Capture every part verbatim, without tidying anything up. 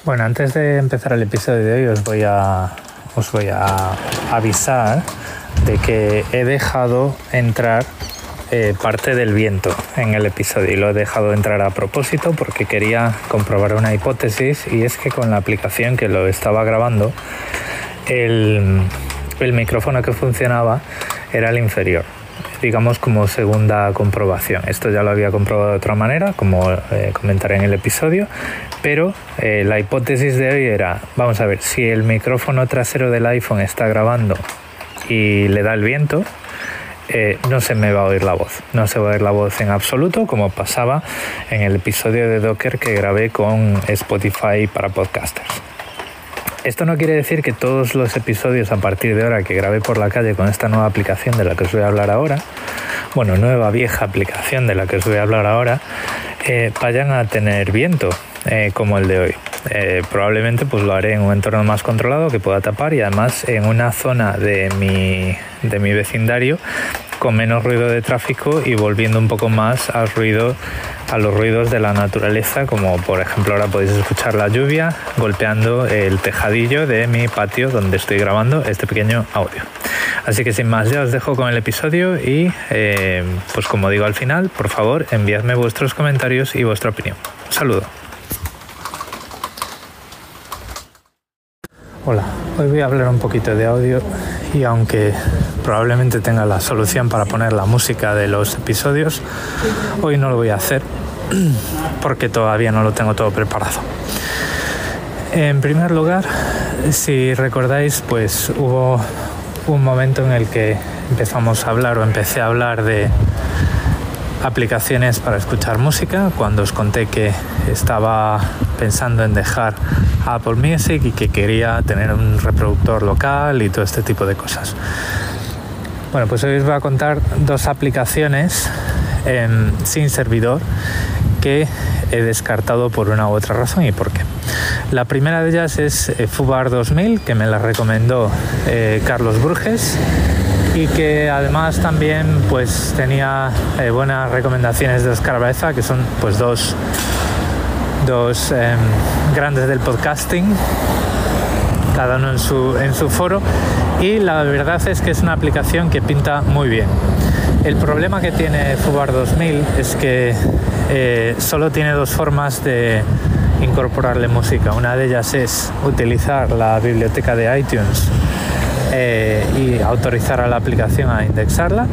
Bueno, antes de empezar el episodio de hoy os voy a, os voy a avisar de que he dejado entrar eh, parte del viento en el episodio y lo he dejado entrar a propósito porque quería comprobar una hipótesis, y es que con la aplicación que lo estaba grabando el, el micrófono que funcionaba era el inferior, digamos como segunda comprobación. Esto ya lo había comprobado de otra manera, como eh, comentaré en el episodio, pero eh, la hipótesis de hoy era, vamos a ver, si el micrófono trasero del iPhone está grabando y le da el viento, eh, no se me va a oír la voz, no se va a oír la voz en absoluto, como pasaba en el episodio de Docker que grabé con Spotify para podcasters. Esto no quiere decir que todos los episodios a partir de ahora que grabé por la calle con esta nueva aplicación de la que os voy a hablar ahora, bueno, nueva vieja aplicación de la que os voy a hablar ahora, eh, vayan a tener viento eh, como el de hoy. Eh, probablemente pues lo haré en un entorno más controlado que pueda tapar, y además en una zona de mi, de mi vecindario con menos ruido de tráfico y volviendo un poco más al ruido, a los ruidos de la naturaleza, como por ejemplo ahora podéis escuchar la lluvia golpeando el tejadillo de mi patio donde estoy grabando este pequeño audio. Así que sin más, ya os dejo con el episodio y eh, pues como digo al final, por favor enviadme vuestros comentarios y vuestra opinión. Un saludo. Hola, hoy voy a hablar un poquito de audio, y aunque probablemente tenga la solución para poner la música de los episodios, hoy no lo voy a hacer porque todavía no lo tengo todo preparado. En primer lugar, si recordáis, pues hubo un momento en el que empezamos a hablar o empecé a hablar de aplicaciones para escuchar música, cuando os conté que estaba pensando en dejar Apple Music y que quería tener un reproductor local y todo este tipo de cosas. Bueno, pues hoy os voy a contar dos aplicaciones eh, sin servidor que he descartado por una u otra razón y por qué. La primera de ellas es eh, Fubar dos mil, que me la recomendó eh, Carlos Burges, y que además también pues tenía eh, buenas recomendaciones de Oscar Baeza, que son pues dos, dos eh, grandes del podcasting, cada uno en su, en su foro, y la verdad es que es una aplicación que pinta muy bien. El problema que tiene Fubar dos mil es que eh, solo tiene dos formas de incorporarle música. Una de ellas es utilizar la biblioteca de iTunes Eh, y autorizar a la aplicación a indexarla,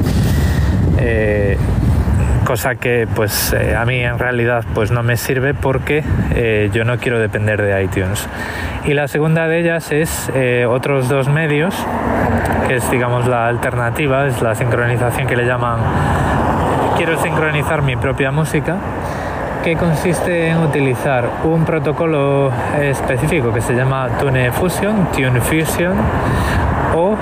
eh, cosa que pues eh, a mí en realidad pues no me sirve porque eh, yo no quiero depender de iTunes. Y la segunda de ellas es eh, otros dos medios, que es digamos la alternativa, es la sincronización que le llaman quiero sincronizar mi propia música, que consiste en utilizar un protocolo específico que se llama TuneFusion, TuneFusion, o,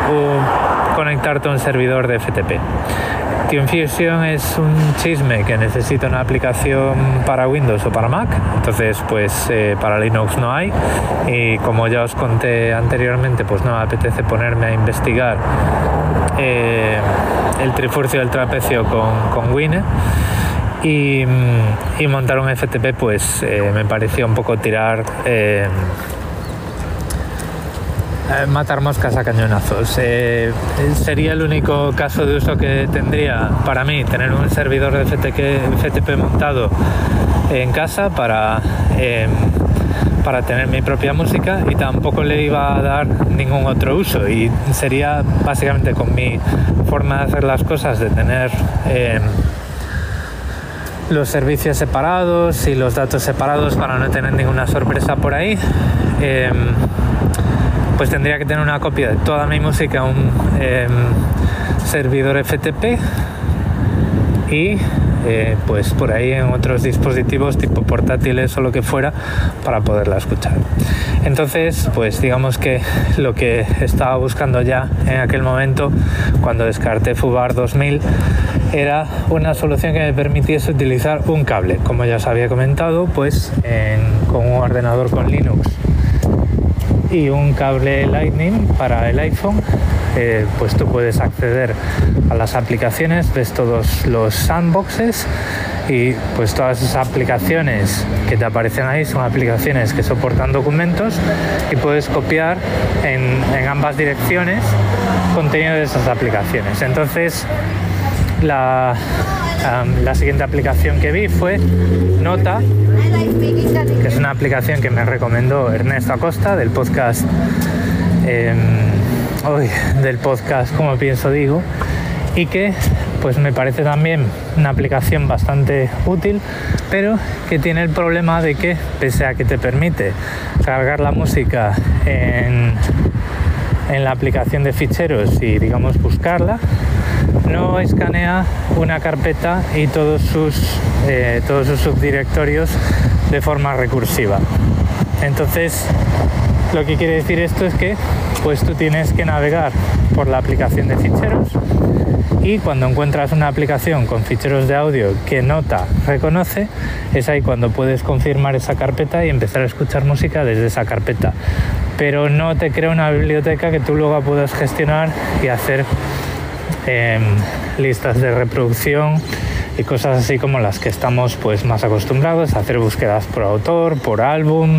o conectarte a un servidor de F T P. TuneFusion es un chisme que necesita una aplicación para Windows o para Mac, entonces pues eh, para Linux no hay, y como ya os conté anteriormente, pues no me apetece ponerme a investigar eh, el trifurcio del trapecio con, con Wine. Y, y montar un F T P pues eh, me parecía un poco tirar eh, eh, matar moscas a cañonazos. Eh, sería el único caso de uso que tendría para mí tener un servidor de F T P montado en casa para eh, para tener mi propia música, y tampoco le iba a dar ningún otro uso, y sería básicamente con mi forma de hacer las cosas, de tener eh, los servicios separados y los datos separados para no tener ninguna sorpresa por ahí, eh, pues tendría que tener una copia de toda mi música a un eh, servidor F T P y eh, pues por ahí en otros dispositivos tipo portátiles o lo que fuera para poderla escuchar. Entonces pues digamos que lo que estaba buscando ya en aquel momento cuando descarté Fubar dos mil era una solución que me permitiese utilizar un cable, como ya os había comentado, pues en, con un ordenador con Linux y un cable Lightning para el iPhone. Eh, pues tú puedes acceder a las aplicaciones, ves todos los sandboxes y pues todas esas aplicaciones que te aparecen ahí son aplicaciones que soportan documentos y puedes copiar en, en ambas direcciones contenido de esas aplicaciones. Entonces la, um, la siguiente aplicación que vi fue Nota, que es una aplicación que me recomendó Ernesto Acosta del podcast eh, hoy del podcast Como Pienso Digo, y que pues me parece también una aplicación bastante útil, pero que tiene el problema de que, pese a que te permite cargar la música en, en la aplicación de ficheros y digamos buscarla, no escanea una carpeta y todos sus eh, todos sus subdirectorios de forma recursiva. Entonces, lo que quiere decir esto es que pues tú tienes que navegar por la aplicación de ficheros y cuando encuentras una aplicación con ficheros de audio que Nota reconoce, es ahí cuando puedes confirmar esa carpeta y empezar a escuchar música desde esa carpeta. Pero no te crea una biblioteca que tú luego puedas gestionar y hacer eh, listas de reproducción y cosas así como las que estamos pues más acostumbrados a hacer, búsquedas por autor, por álbum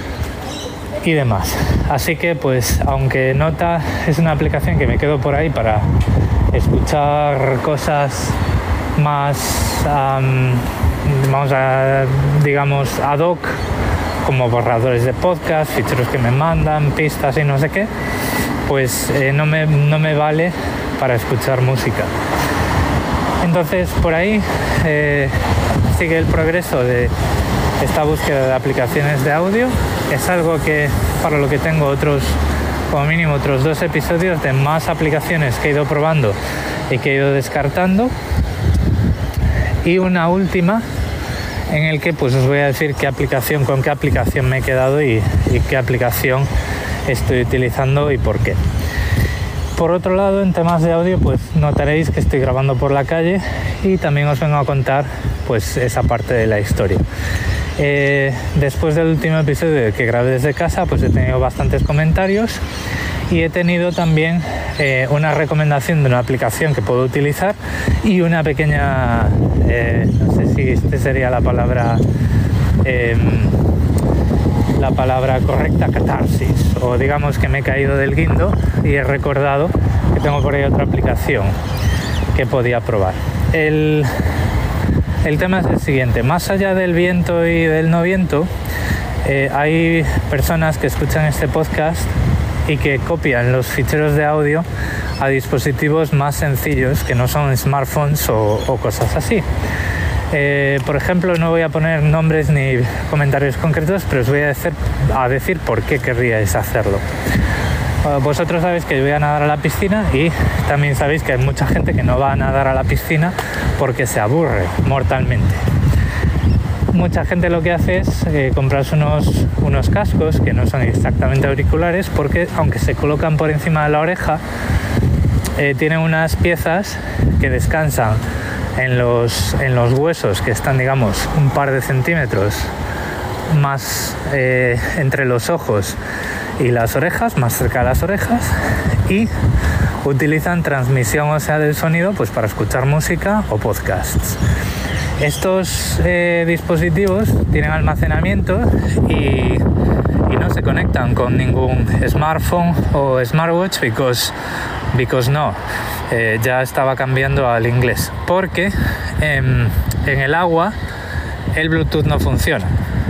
y demás. Así que pues aunque Nota es una aplicación que me quedo por ahí para escuchar cosas más um, vamos a digamos ad hoc, como borradores de podcast, ficheros que me mandan, pistas y no sé qué, pues eh, no me, no me vale para escuchar música. Entonces por ahí eh, sigue el progreso de esta búsqueda de aplicaciones de audio. Es algo que para lo que tengo otros, como mínimo otros dos episodios de más aplicaciones que he ido probando y que he ido descartando, y una última en el que pues os voy a decir qué aplicación, con qué aplicación me he quedado y, y qué aplicación estoy utilizando y por qué. Por otro lado, en temas de audio, pues notaréis que estoy grabando por la calle y también os vengo a contar pues esa parte de la historia. Eh, después del último episodio que grabé desde casa, pues he tenido bastantes comentarios y he tenido también eh, una recomendación de una aplicación que puedo utilizar y una pequeña, eh, no sé si esta sería la palabra eh, la palabra correcta, catarsis, o digamos que me he caído del guindo y he recordado que tengo por ahí otra aplicación que podía probar. El, el tema es el siguiente: más allá del viento y del no viento, eh, hay personas que escuchan este podcast y que copian los ficheros de audio a dispositivos más sencillos que no son smartphones o, o cosas así. Eh, por ejemplo, no voy a poner nombres ni comentarios concretos, pero os voy a decir, a decir por qué querríais hacerlo. Uh, vosotros sabéis que yo voy a nadar a la piscina y también sabéis que hay mucha gente que no va a nadar a la piscina porque se aburre mortalmente. Mucha gente lo que hace es eh, comprarse unos, unos cascos que no son exactamente auriculares, porque aunque se colocan por encima de la oreja, eh, tienen unas piezas que descansan en los, en los huesos que están, digamos, un par de centímetros más eh, entre los ojos y las orejas, más cerca de las orejas, y utilizan transmisión ósea del sonido pues para escuchar música o podcasts. Estos eh, dispositivos tienen almacenamiento y, y no se conectan con ningún smartphone o smartwatch because, because no. Eh, ya estaba cambiando al inglés porque eh, en el agua el Bluetooth no funciona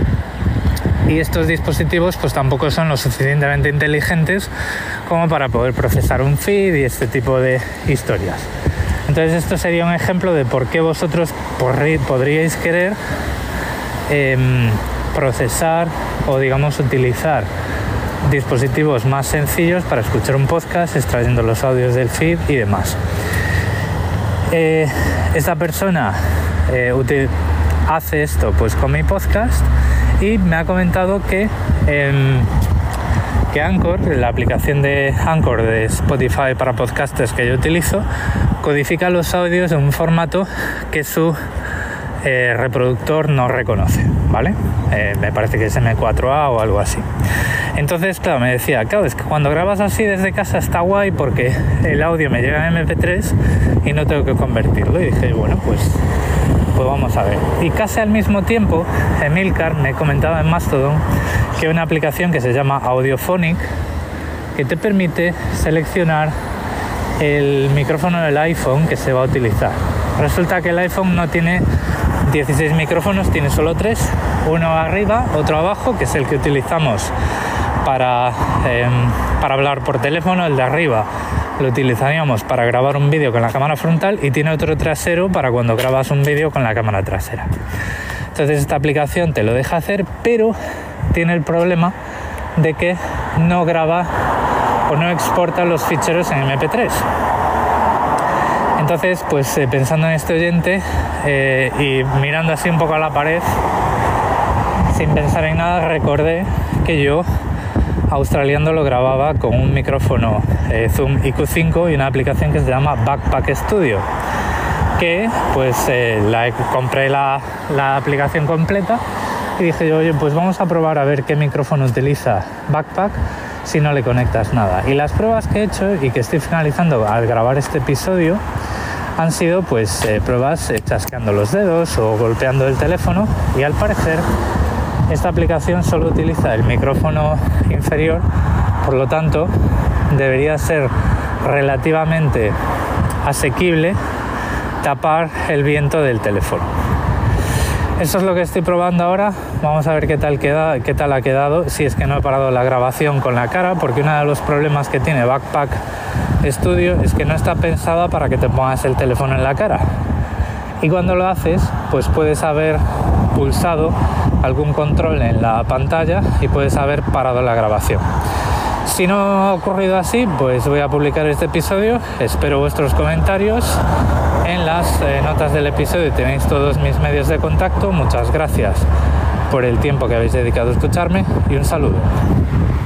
y estos dispositivos pues tampoco son lo suficientemente inteligentes como para poder procesar un feed y este tipo de historias. Entonces esto sería un ejemplo de por qué vosotros podríais querer eh, procesar o digamos utilizar dispositivos más sencillos para escuchar un podcast, extrayendo los audios del feed y demás. Eh, esta persona eh, util- hace esto pues con mi podcast y me ha comentado que, eh, que Anchor, la aplicación de Anchor de Spotify para podcasters que yo utilizo, codifica los audios en un formato que su eh, reproductor no reconoce, ¿vale? Eh, me parece que es eme cuatro a o algo así. Entonces, claro, me decía, claro, es que cuando grabas así desde casa está guay porque el audio me llega en eme pe tres y no tengo que convertirlo. Y dije, bueno, pues, pues vamos a ver. Y casi al mismo tiempo, Emilcar me comentaba en Mastodon que hay una aplicación que se llama Audiophonic que te permite seleccionar el micrófono del iPhone que se va a utilizar. Resulta que el iPhone no tiene dieciséis micrófonos, tiene solo tres, uno arriba, otro abajo, que es el que utilizamos para, eh, para hablar por teléfono. El de arriba lo utilizaríamos para grabar un vídeo con la cámara frontal y tiene otro trasero para cuando grabas un vídeo con la cámara trasera. Entonces esta aplicación te lo deja hacer, pero tiene el problema de que no graba o no exporta los ficheros en eme pe tres. Entonces, pues eh, pensando en este oyente eh, y mirando así un poco a la pared, sin pensar en nada, recordé que yo australiano lo grababa con un micrófono eh, Zoom i cu cinco y una aplicación que se llama Backpack Studio, que pues eh, la, compré la, la aplicación completa y dije yo, oye, pues vamos a probar a ver qué micrófono utiliza Backpack si no le conectas nada. Y las pruebas que he hecho y que estoy finalizando al grabar este episodio han sido pues eh, pruebas eh, chasqueando los dedos o golpeando el teléfono, y al parecer esta aplicación solo utiliza el micrófono inferior, por lo tanto debería ser relativamente asequible tapar el viento del teléfono. Eso es lo que estoy probando ahora. Vamos a ver qué tal queda, qué tal ha quedado, si es que no he parado la grabación con la cara, porque uno de los problemas que tiene Backpack Studio es que no está pensada para que te pongas el teléfono en la cara. Y cuando lo haces, pues puedes haber pulsado algún control en la pantalla y puedes haber parado la grabación. Si no ha ocurrido así, pues voy a publicar este episodio. Espero vuestros comentarios. En las eh, notas del episodio tenéis todos mis medios de contacto. Muchas gracias por el tiempo que habéis dedicado a escucharme y un saludo.